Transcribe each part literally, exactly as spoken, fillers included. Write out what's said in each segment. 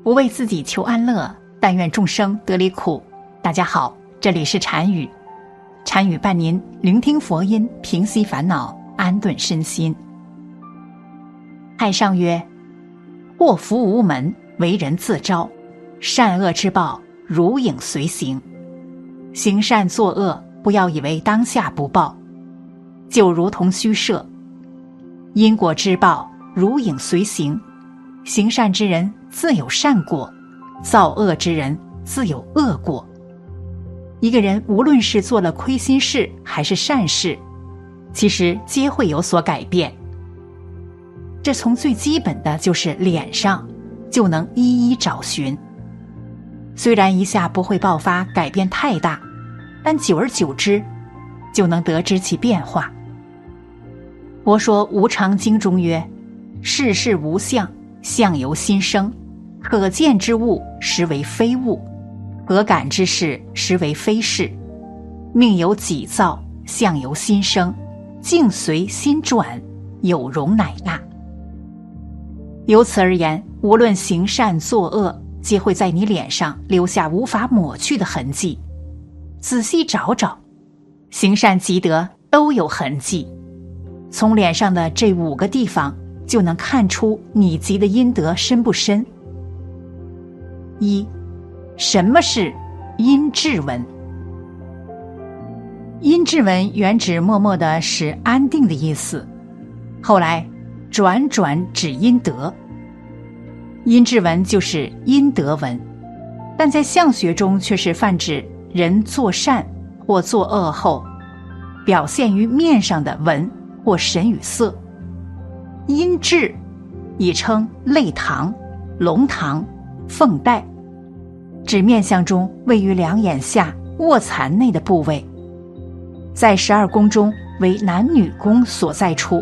不为自己求安乐，但愿众生得离苦。大家好，这里是禅语，禅语伴您聆听佛音，平息烦恼，安顿身心。太上曰：祸福无门，为人自招，善恶之报如影随形。行善作恶，不要以为当下不报，就如同虚设。因果之报如影随形，行善之人自有善果，造恶之人自有恶果。一个人无论是做了亏心事还是善事，其实皆会有所改变。这从最基本的就是脸上就能一一找寻。虽然一下不会爆发改变太大，但久而久之就能得知其变化。佛说无常经中曰：世事无相，相由心生，可见之物实为非物，可感之事实为非事。命由己造，相由心生，境随心转，有容乃大。由此而言，无论行善作恶，皆会在你脸上留下无法抹去的痕迹。仔细找找，行善积德都有痕迹。从脸上的这五个地方就能看出你积的阴德深不深。一，什么是阴骘纹？阴骘纹原指默默的使安定的意思，后来转转指阴德。阴骘纹就是阴德纹，但在相学中却是泛指人做善或作恶后表现于面上的纹或神与色。阴骘亦称泪堂、龙堂、凤带，指面相中位于两眼下卧蚕内的部位，在十二宫中为男女宫所在处，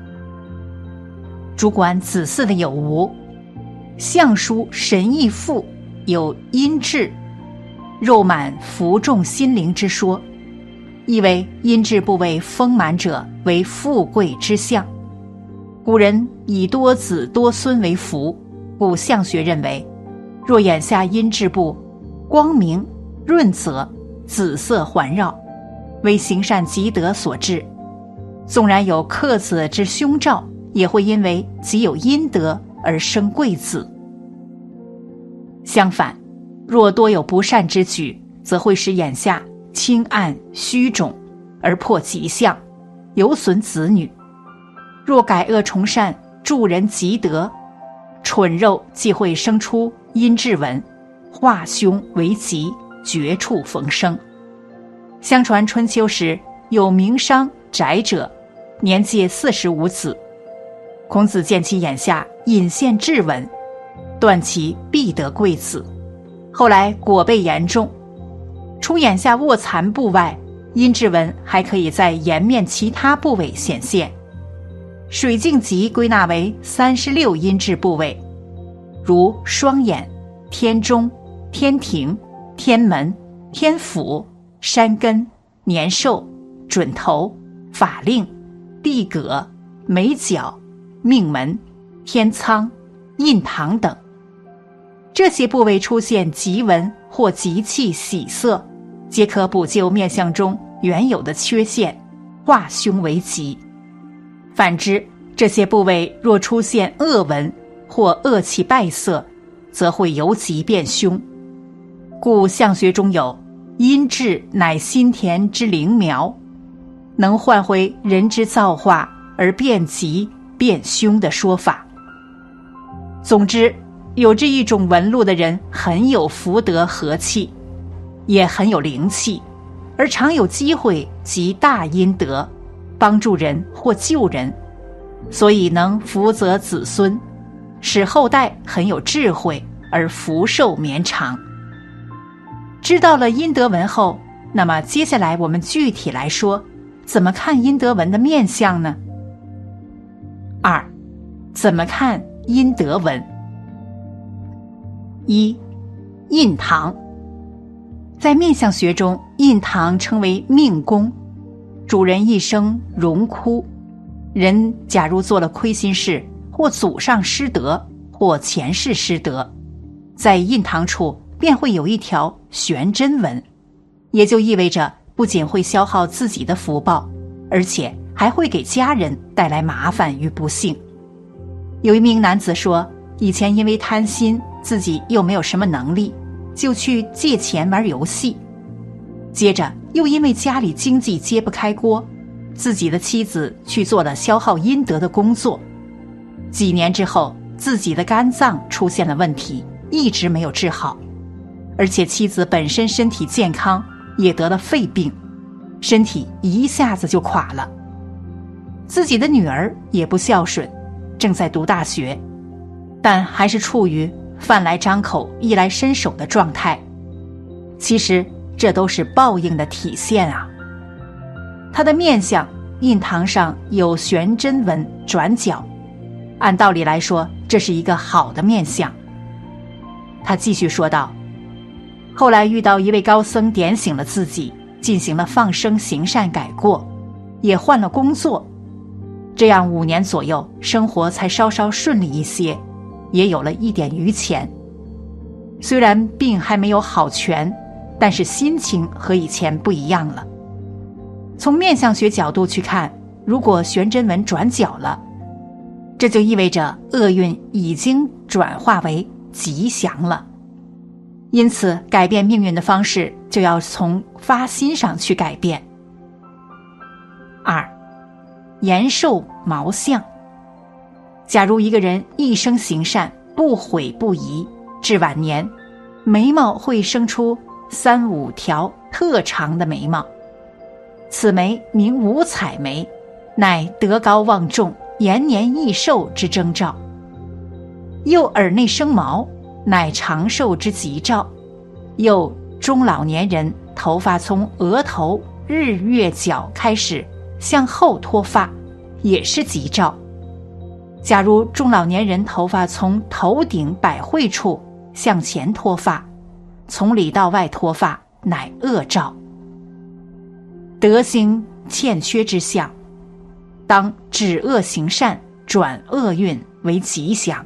主管子嗣的有无。相书神异赋有阴骘肉满服众心灵之说，意为阴骘部位丰满者为富贵之象。古人以多子多孙为福，故相学认为，若眼下阴骘部光明润泽，紫色环绕，为行善积德所致。纵然有克子之凶兆，也会因为极有阴德而生贵子。相反，若多有不善之举，则会使眼下青暗虚肿，而破吉相，有损子女。若改恶从善，助人积德，蠢肉即会生出阴骘纹，化凶为吉，绝处逢生。相传春秋时有名商翟者，年届四十五子，孔子见其眼下隐现骘纹，断其必得贵子。后来果被严重，除眼下卧蚕部外，阴骘纹还可以在颜面其他部位显现。水镜集归纳为三十六阴骘部位，如双眼、天中、天庭、天门、天府、山根、年兽、准头、法令、地葛、眉角、命门、天仓、印堂等。这些部位出现吉纹或吉气喜色，皆可补救面相中原有的缺陷，化凶为吉。反之，这些部位若出现恶纹或恶气败色，则会由吉变凶。故相学中有阴骘乃心田之灵苗，能唤回人之造化而变吉变凶的说法。总之，有这一种纹路的人很有福德和气，也很有灵气，而常有机会积大阴德，帮助人或救人，所以能福泽子孙，使后代很有智慧而福寿绵长。知道了阴德纹后，那么接下来我们具体来说，怎么看阴德纹的面相呢？二，怎么看阴德纹？一，印堂。在面相学中，印堂称为命宫，主人一生荣枯。人假如做了亏心事，或祖上失德，或前世失德， 在印堂处便会有一条悬针纹，也就意味着不仅会消耗自己的福报，而且还会给家人带来麻烦与不幸。有一名男子说，以前因为贪心，自己又没有什么能力，就去借钱玩游戏，接着又因为家里经济揭不开锅，自己的妻子去做了消耗阴德的工作，几年之后自己的肝脏出现了问题，一直没有治好，而且妻子本身身体健康，也得了肺病，身体一下子就垮了。自己的女儿也不孝顺，正在读大学，但还是处于饭来张口衣来伸手的状态。其实这都是报应的体现啊。他的面相印堂上有悬针纹转角，按道理来说这是一个好的面相。他继续说道，后来遇到一位高僧点醒了自己，进行了放生行善改过，也换了工作，这样五年左右生活才稍稍顺利一些，也有了一点余钱。虽然病还没有好全，但是心情和以前不一样了。从面相学角度去看，如果悬针纹转角了，这就意味着厄运已经转化为吉祥了。因此改变命运的方式就要从发心上去改变。二，延寿毛相。假如一个人一生行善，不悔不疑，至晚年眉毛会生出三五条特长的眉毛，此眉名五彩眉，乃德高望重、延年益寿之征兆。又耳内生毛，乃长寿之吉兆。又中老年人头发从额头、日月角开始向后脱发，也是吉兆。假如中老年人头发从头顶百会处向前脱发，从里到外脱发，乃恶兆。德行欠缺之相，当止恶行善，转厄运为吉祥。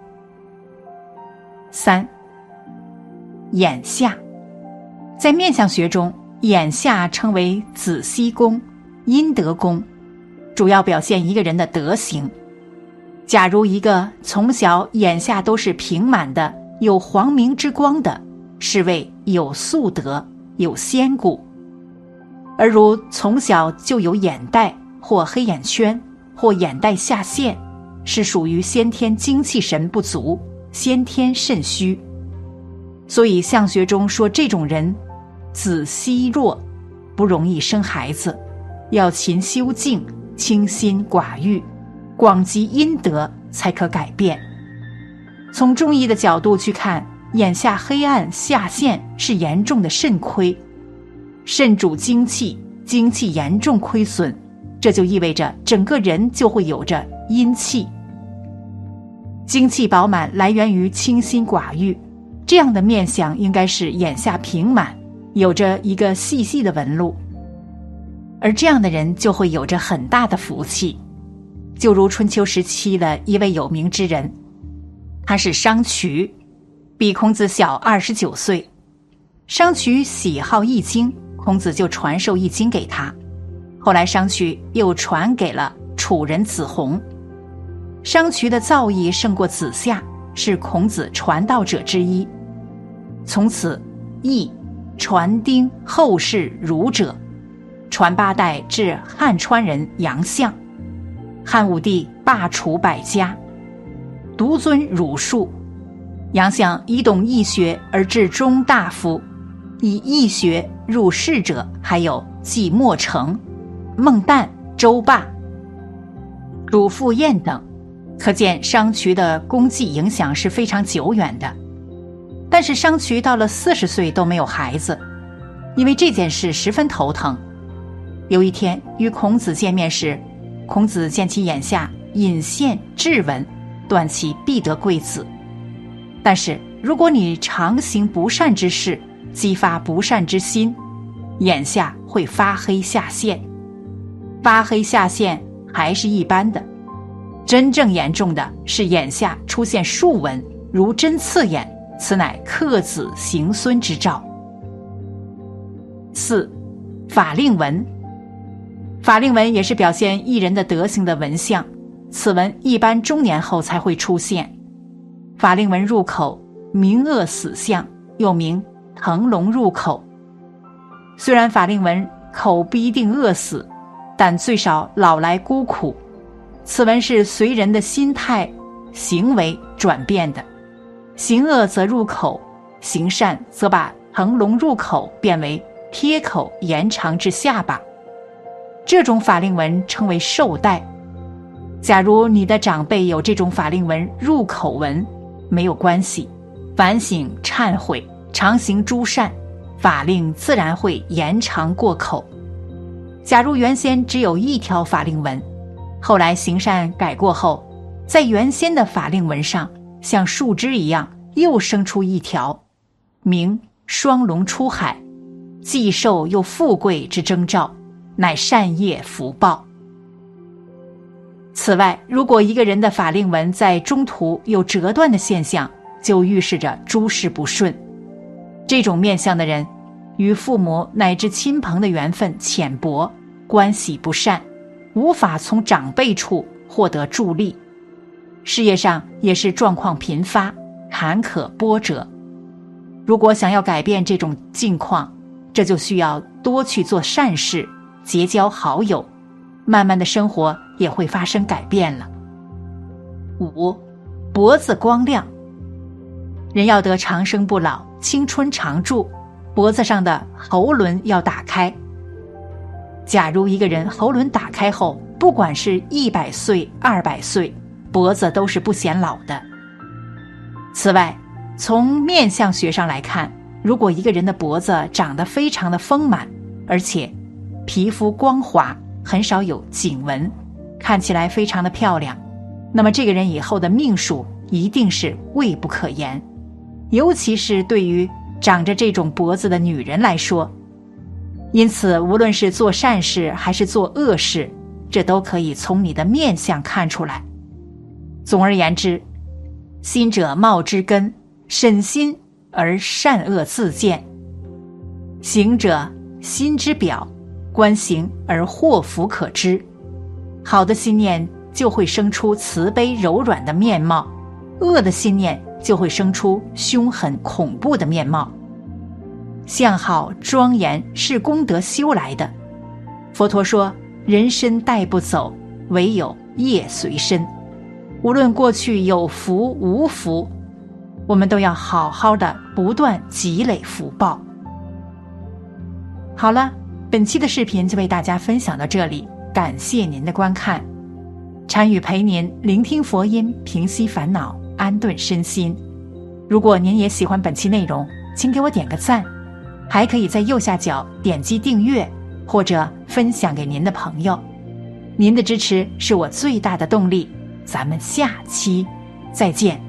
三，眼下。在面相学中，眼下称为子息宫、阴德宫，主要表现一个人的德行。假如一个从小眼下都是平满的，有黄明之光的，是为有素德、有仙骨；而如从小就有眼袋或黑眼圈或眼袋下陷，是属于先天精气神不足，先天肾虚。所以相学中说这种人子息弱，不容易生孩子，要勤修静，清心寡欲，广积阴德，才可改变。从中医的角度去看，眼下黑暗下陷是严重的肾亏，肾主精气，精气严重亏损，这就意味着整个人就会有着阴气。精气饱满来源于清心寡欲，这样的面相应该是眼下平满，有着一个细细的纹路，而这样的人就会有着很大的福气。就如春秋时期的一位有名之人，他是商渠，比孔子小二十九岁。商渠喜好易经，孔子就传授易经给他，后来商渠又传给了楚人子弘。商渠的造诣胜过子夏，是孔子传道者之一。从此易传丁后世儒者，传八代至汉川人杨相。汉武帝罢黜百家，独尊儒术。杨相以懂易学而至中大夫，以易学入仕者还有季莫成、孟旦、周霸、主父晏等，可见商渠的功绩影响是非常久远的。但是商渠到了四十岁都没有孩子，因为这件事十分头疼。有一天与孔子见面时，孔子见其眼下隐现质纹，断其必得贵子。但是如果你常行不善之事，激发不善之心，眼下会发黑下陷。发黑下陷还是一般的，真正严重的是眼下出现竖纹，如针刺眼， 此乃克子行孙之兆。四、法令纹。法令纹也是表现一人的德行的纹相，此纹一般中年后才会出现。法令纹入口，名恶死相，又名腾龙入口。虽然法令纹口不一定饿死，但最少老来孤苦。此纹是随人的心态、行为转变的，行恶则入口，行善则把腾龙入口变为贴口延长至下巴。这种法令纹称为寿带。假如你的长辈有这种法令纹入口纹，没有关系，反省忏悔，常行诸善，法令自然会延长过口。假如原先只有一条法令纹，后来行善改过后，在原先的法令纹上像树枝一样又生出一条，名双龙出海，既寿又富贵之征兆，乃善业福报。此外，如果一个人的法令纹在中途有折断的现象，就预示着诸事不顺。这种面相的人与父母乃至亲朋的缘分浅薄，关系不善，无法从长辈处获得助力，事业上也是状况频发，坎坷波折。如果想要改变这种境况，这就需要多去做善事，结交好友，慢慢的生活也会发生改变了。五、脖子光亮。人要得长生不老、青春常驻，脖子上的喉轮要打开。假如一个人喉轮打开后，不管是一百岁、二百岁，脖子都是不显老的。此外，从面相学上来看，如果一个人的脖子长得非常的丰满，而且皮肤光滑，很少有颈纹，看起来非常的漂亮，那么这个人以后的命数一定是未不可言。尤其是对于长着这种脖子的女人来说，因此无论是做善事还是做恶事，这都可以从你的面相看出来。总而言之，心者貌之根，审心而善恶自见。行者心之表，观行而祸福可知。好的心念就会生出慈悲柔软的面貌，恶的心念就会生出凶狠恐怖的面貌。相好庄严是功德修来的。佛陀说，人身带不走，唯有业随身。无论过去有福无福，我们都要好好的不断积累福报。好了，本期的视频就为大家分享到这里，感谢您的观看。禅语陪您聆听佛音，平息烦恼，安顿身心。如果您也喜欢本期内容，请给我点个赞，还可以在右下角点击订阅，或者分享给您的朋友。您的支持是我最大的动力。咱们下期再见。